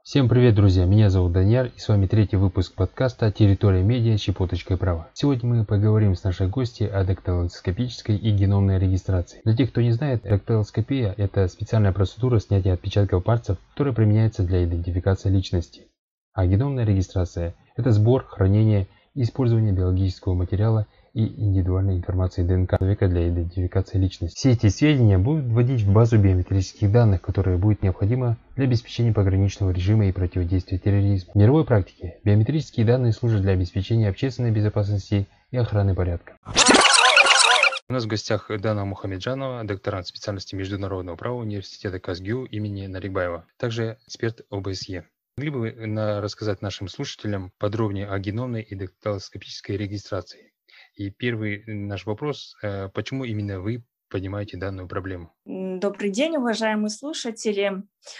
Всем привет, друзья! Меня зовут Даниэль, и с вами третий выпуск подкаста «Территория медиа. Щепоточкой права». Сегодня мы поговорим с нашей гостьей о дактилоскопической и геномной регистрации. Для тех, кто не знает, дактилоскопия – это специальная процедура снятия отпечатков пальцев, которая применяется для идентификации личности. А геномная регистрация – это сбор, хранение и использование биологического материала и индивидуальной информации ДНК человека для идентификации личности. Все эти сведения будут вводить в базу биометрических данных, которая будет необходима для обеспечения пограничного режима и противодействия терроризму. В мировой практике биометрические данные служат для обеспечения общественной безопасности и охраны порядка. У нас в гостях Дана Мухамеджанова, докторант специальности международного права университета КазГЮ имени Нарикбаева, также эксперт ОБСЕ. Могли бы вы рассказать нашим слушателям подробнее о геномной и дактилоскопической регистрации? И первый наш вопрос, почему именно вы поднимаете данную проблему? Добрый день, уважаемые слушатели.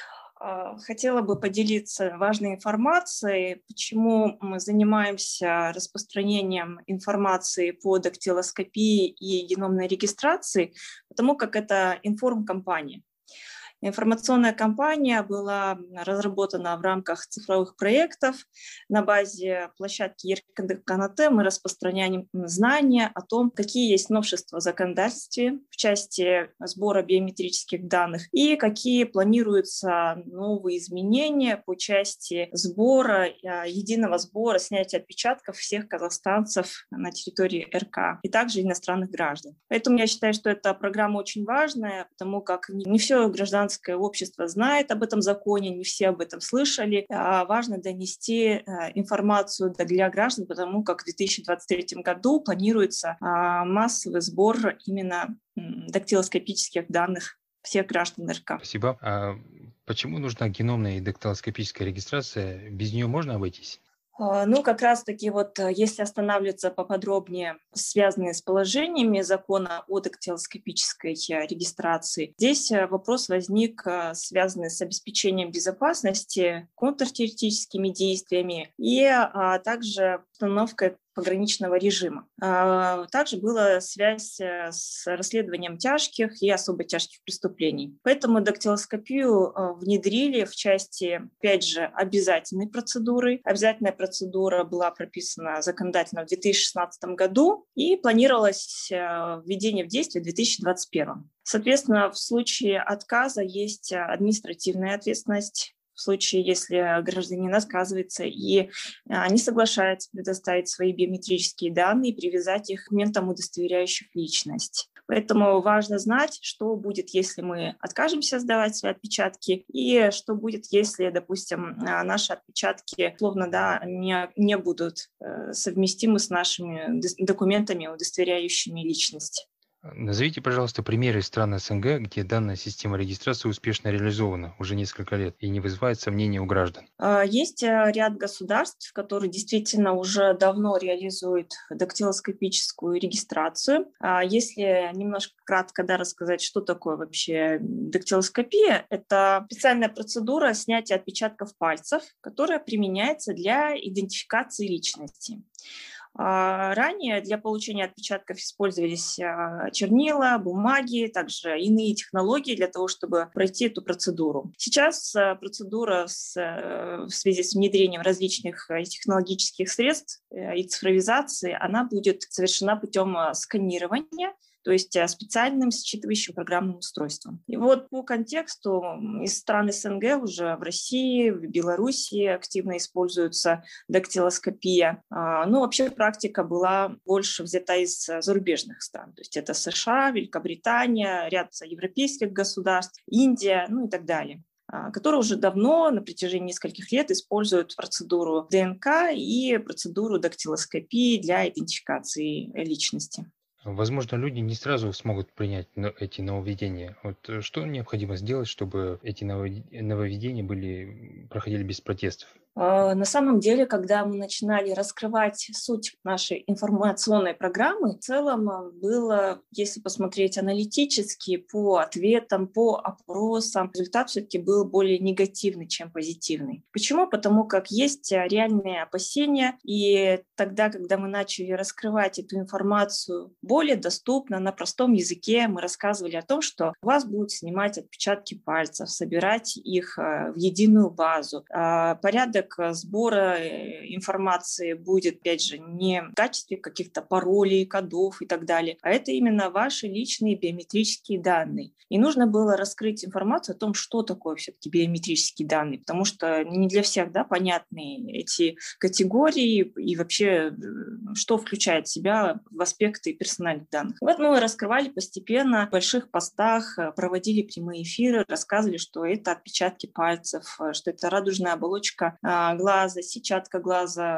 Хотела бы поделиться важной информацией, почему мы занимаемся распространением информации по дактилоскопии и геномной регистрации, потому как это информкомпания. Информационная кампания была разработана в рамках цифровых проектов. На базе площадки Еркін-Канате мы распространяем знания о том, какие есть новшества в законодательстве в части сбора биометрических данных и какие планируются новые изменения по части сбора, единого сбора, снятия отпечатков всех казахстанцев на территории РК и также иностранных граждан. Поэтому я считаю, что эта программа очень важная, потому как не все гражданское общество знает об этом законе, не все об этом слышали. Важно донести информацию для граждан, потому как в 2023 году планируется массовый сбор именно дактилоскопических данных всех граждан РК. Спасибо. А почему нужна геномная и дактилоскопическая регистрация? Без нее можно обойтись? Как раз-таки если останавливаться поподробнее, связанные с положениями закона о дактилоскопической регистрации, здесь вопрос возник, связанный с обеспечением безопасности, контртеррористическими действиями и также установкой пограничного режима. Также была связь с расследованием тяжких и особо тяжких преступлений. Поэтому дактилоскопию внедрили в части, опять же, обязательной процедуры. Обязательная процедура была прописана законодательно в 2016 году и планировалось введение в действие в 2021. Соответственно, в случае отказа есть административная ответственность. В случае, если гражданин отказывается и не соглашается предоставить свои биометрические данные и привязать их к документам, удостоверяющих личность. Поэтому важно знать, что будет, если мы откажемся сдавать свои отпечатки, и что будет, если, допустим, наши отпечатки словно не будут совместимы с нашими документами, удостоверяющими личность. Назовите, пожалуйста, примеры стран СНГ, где данная система регистрации успешно реализована уже несколько лет и не вызывает сомнений у граждан. Есть ряд государств, которые действительно уже давно реализуют дактилоскопическую регистрацию. Если немножко кратко рассказать, что такое вообще дактилоскопия, это специальная процедура снятия отпечатков пальцев, которая применяется для идентификации личности. Ранее для получения отпечатков использовались чернила, бумаги, также иные технологии для того, чтобы пройти эту процедуру. Сейчас процедура в связи с внедрением различных технологических средств и цифровизации, она будет совершена путем сканирования, то есть специальным считывающим программным устройством. И по контексту из стран СНГ уже в России, в Беларуси активно используется дактилоскопия. Вообще практика была больше взята из зарубежных стран. То есть это США, Великобритания, ряд европейских государств, Индия, и так далее, которые уже давно, на протяжении нескольких лет, используют процедуру ДНК и процедуру дактилоскопии для идентификации личности. Возможно, люди не сразу смогут принять эти нововведения. Что необходимо сделать, чтобы эти нововведения проходили без протестов? На самом деле, когда мы начинали раскрывать суть нашей информационной программы, в целом было, если посмотреть аналитически по ответам, по опросам, результат все-таки был более негативный, чем позитивный. Почему? Потому как есть реальные опасения, и тогда, когда мы начали раскрывать эту информацию более доступно, на простом языке, мы рассказывали о том, что у вас будут снимать отпечатки пальцев, собирать их в единую базу. Порядок сбора информации будет, опять же, не в качестве каких-то паролей, кодов и так далее, а это именно ваши личные биометрические данные. И нужно было раскрыть информацию о том, что такое все-таки биометрические данные, потому что не для всех, да, понятны эти категории и вообще, что включает в себя в аспекты персональных данных. Вот мы раскрывали постепенно в больших постах, проводили прямые эфиры, рассказывали, что это отпечатки пальцев, что это радужная оболочка глаза, сетчатка глаза,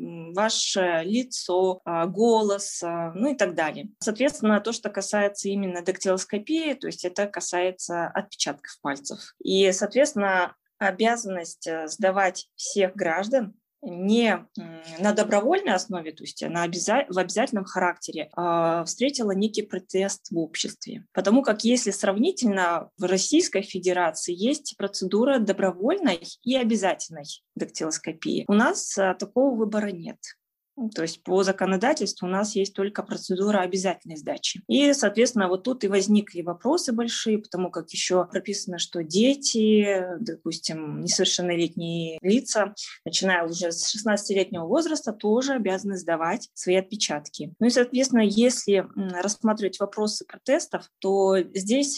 ваше лицо, голос, ну и так далее. Соответственно, то, что касается именно дактилоскопии, то есть это касается отпечатков пальцев. И, соответственно, обязанность сдавать всех граждан не на добровольной основе, то есть в обязательном характере, встретила некий протест в обществе. Потому как если сравнительно в Российской Федерации есть процедура добровольной и обязательной дактилоскопии, у нас такого выбора нет. То есть по законодательству у нас есть только процедура обязательной сдачи. И, соответственно, вот тут и возникли вопросы большие, потому как еще прописано, что дети, допустим, несовершеннолетние лица, начиная уже с 16-летнего возраста, тоже обязаны сдавать свои отпечатки. Ну и, соответственно, если рассматривать вопросы протестов, то здесь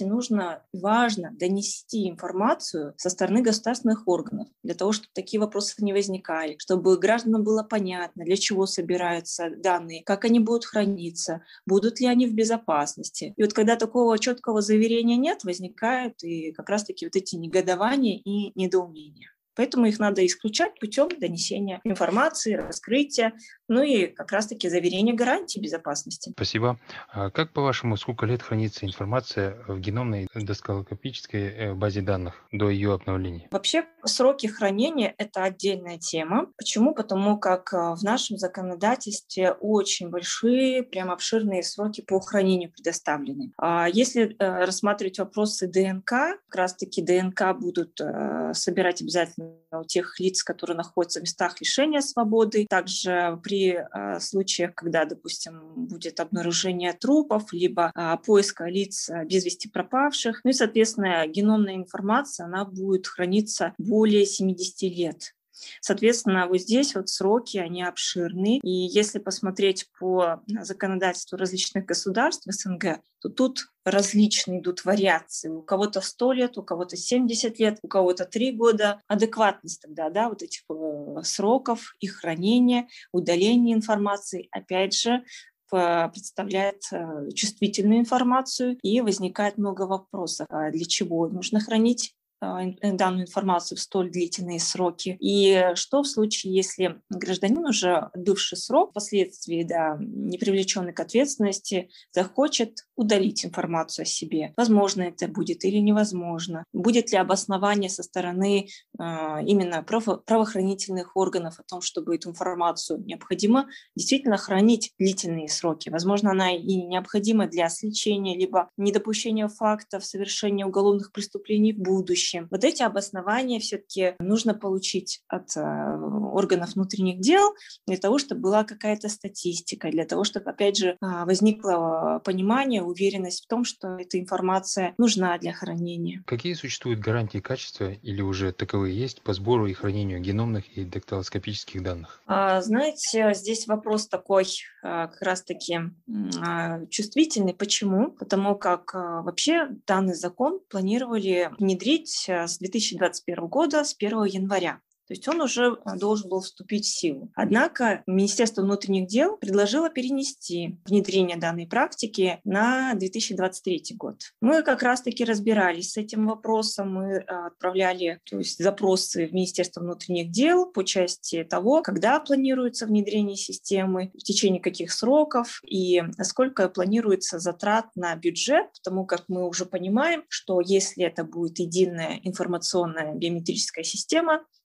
важно донести информацию со стороны государственных органов, для того, чтобы такие вопросы не возникали, чтобы гражданам было понятно, для чего собираются данные, как они будут храниться, будут ли они в безопасности. И вот когда такого четкого заверения нет, возникают и как раз-таки вот эти негодования и недоумения. Поэтому их надо исключать путем донесения информации, раскрытия, ну и как раз-таки заверения гарантий безопасности. Спасибо. А как, по-вашему, сколько лет хранится информация в геномной дактилоскопической базе данных до ее обновления? Вообще сроки хранения – это отдельная тема. Почему? Потому как в нашем законодательстве очень большие, прям обширные сроки по хранению предоставлены. Если рассматривать вопросы ДНК, как раз-таки ДНК будут собирать обязательно у тех лиц, которые находятся в местах лишения свободы. Также при случаях, когда, допустим, будет обнаружение трупов, либо поиска лиц без вести пропавших. Ну и, соответственно, геномная информация, она будет храниться более 70 лет. Соответственно, вот здесь вот сроки, они обширны. И если посмотреть по законодательству различных государств СНГ, то тут различные идут вариации. У кого-то 100 лет, у кого-то 70 лет, у кого-то 3 года. Адекватность тогда, да, вот этих сроков, их хранения, удаления информации, опять же, представляет чувствительную информацию, и возникает много вопросов. Для чего нужно хранить данную информацию в столь длительные сроки. И что в случае, если гражданин, уже отбывший срок, впоследствии, да, не привлеченный к ответственности, захочет удалить информацию о себе? Возможно это будет или невозможно? Будет ли обоснование со стороны именно правоохранительных органов о том, чтобы эту информацию необходимо действительно хранить длительные сроки? Возможно, она и необходима для сличения, либо недопущения фактов совершения уголовных преступлений в будущем. Вот эти обоснования все-таки нужно получить от органов внутренних дел для того, чтобы была какая-то статистика, для того, чтобы, опять же, возникло понимание, уверенность в том, что эта информация нужна для хранения. Какие существуют гарантии качества или уже таковые есть по сбору и хранению геномных и дактилоскопических данных? Знаете, здесь вопрос такой как раз-таки чувствительный. Почему? Потому как вообще данный закон планировали внедрить с 2021 года, с 1 января. То есть он уже должен был вступить в силу. Однако Министерство внутренних дел предложило перенести внедрение данной практики на 2023 год. Мы как раз-таки разбирались с этим вопросом, мы отправляли, то есть, запросы в Министерство внутренних дел по части того, когда планируется внедрение системы, в течение каких сроков и сколько планируется затрат на бюджет, потому как мы уже понимаем, что если это будет единая информационная биометрическая система,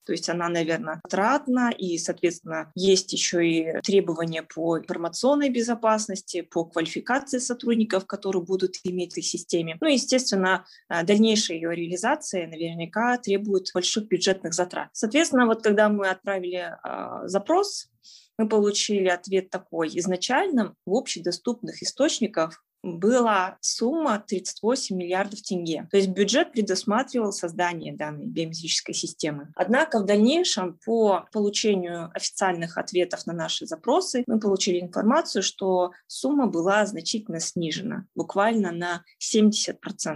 То есть она, наверное, затратна, и, соответственно, есть еще и требования по информационной безопасности, по квалификации сотрудников, которые будут иметь в этой системе. Ну и, естественно, дальнейшая ее реализация наверняка требует больших бюджетных затрат. Соответственно, вот когда мы отправили запрос, мы получили ответ такой. Изначально в общедоступных источниках была сумма 38 миллиардов тенге. То есть бюджет предусматривал создание данной биометрической системы. Однако в дальнейшем по получению официальных ответов на наши запросы мы получили информацию, что сумма была значительно снижена, буквально на 70%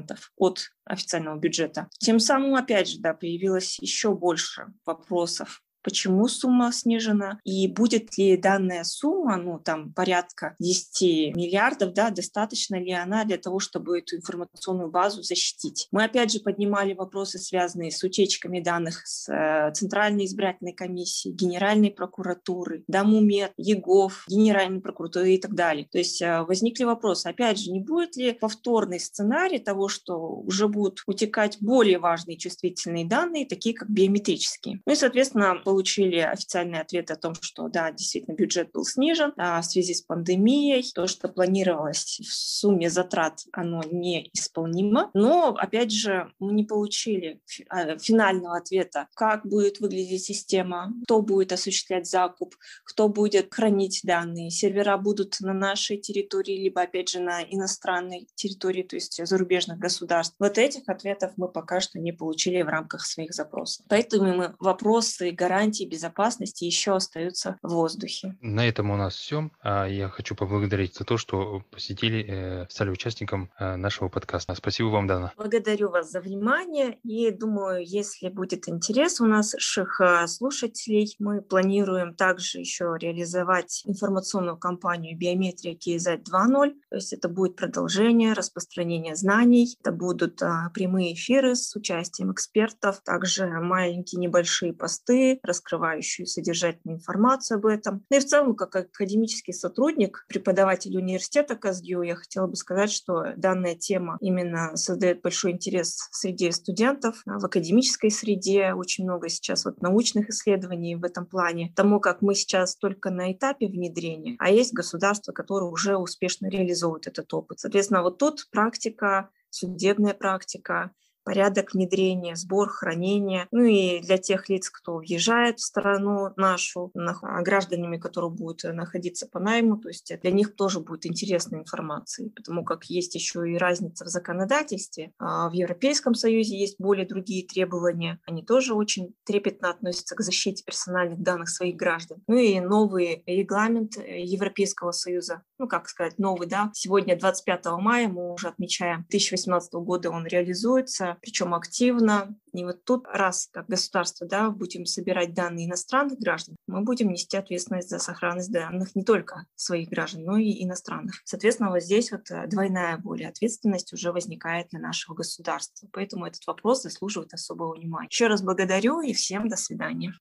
от официального бюджета. Тем самым, опять же, появилось еще больше вопросов. Почему сумма снижена и будет ли данная сумма, порядка 10 миллиардов, достаточно ли она для того, чтобы эту информационную базу защитить. Мы опять же поднимали вопросы, связанные с утечками данных с Центральной избирательной комиссии, Генеральной прокуратуры, Дамумед, ЕГОВ, Генеральной прокуратуры и так далее. То есть возникли вопросы, опять же, не будет ли повторный сценарий того, что уже будут утекать более важные чувствительные данные, такие как биометрические. Ну и, соответственно, получили официальный ответ о том, что да, действительно бюджет был снижен в связи с пандемией. То, что планировалось в сумме затрат, оно неисполнимо. Но, опять же, мы не получили финального ответа, как будет выглядеть система, кто будет осуществлять закуп, кто будет хранить данные. Сервера будут на нашей территории, либо, опять же, на иностранной территории, то есть зарубежных государств. Вот этих ответов мы пока что не получили в рамках своих запросов. Поэтому вопросы гарантии безопасности еще остаются в воздухе. На этом у нас все. Я хочу поблагодарить за то, что посетили, стали участником нашего подкаста. Спасибо вам, Дана. Благодарю вас за внимание и думаю, если будет интерес у наших слушателей, мы планируем также еще реализовать информационную кампанию «Биометрия KZ 2.0». То есть это будет продолжение, распространение знаний, это будут прямые эфиры с участием экспертов, также маленькие небольшие посты, раскрывающую содержательную информацию об этом. Ну и в целом, как академический сотрудник, преподаватель университета КазГИУ, я хотела бы сказать, что данная тема именно создает большой интерес среди студентов, в академической среде. Очень много сейчас научных исследований в этом плане, тому как мы сейчас только на этапе внедрения, а есть государства, которые уже успешно реализуют этот опыт. Соответственно, тут практика, судебная практика, порядок внедрения, сбор, хранения. Ну и для тех лиц, кто въезжает в страну нашу, гражданами, которые будут находиться по найму, то есть для них тоже будет интересная информация, потому как есть еще и разница в законодательстве. В Европейском Союзе есть более другие требования. Они тоже очень трепетно относятся к защите персональных данных своих граждан. Ну и новый регламент Европейского Союза, новый, Сегодня, 25 мая, мы уже отмечаем 2018 года, он реализуется, причем активно. И тут, раз как государство будем собирать данные иностранных граждан, мы будем нести ответственность за сохранность данных не только своих граждан, но и иностранных. Соответственно, здесь двойная более ответственность уже возникает для нашего государства. Поэтому этот вопрос заслуживает особого внимания. Еще раз благодарю и всем до свидания.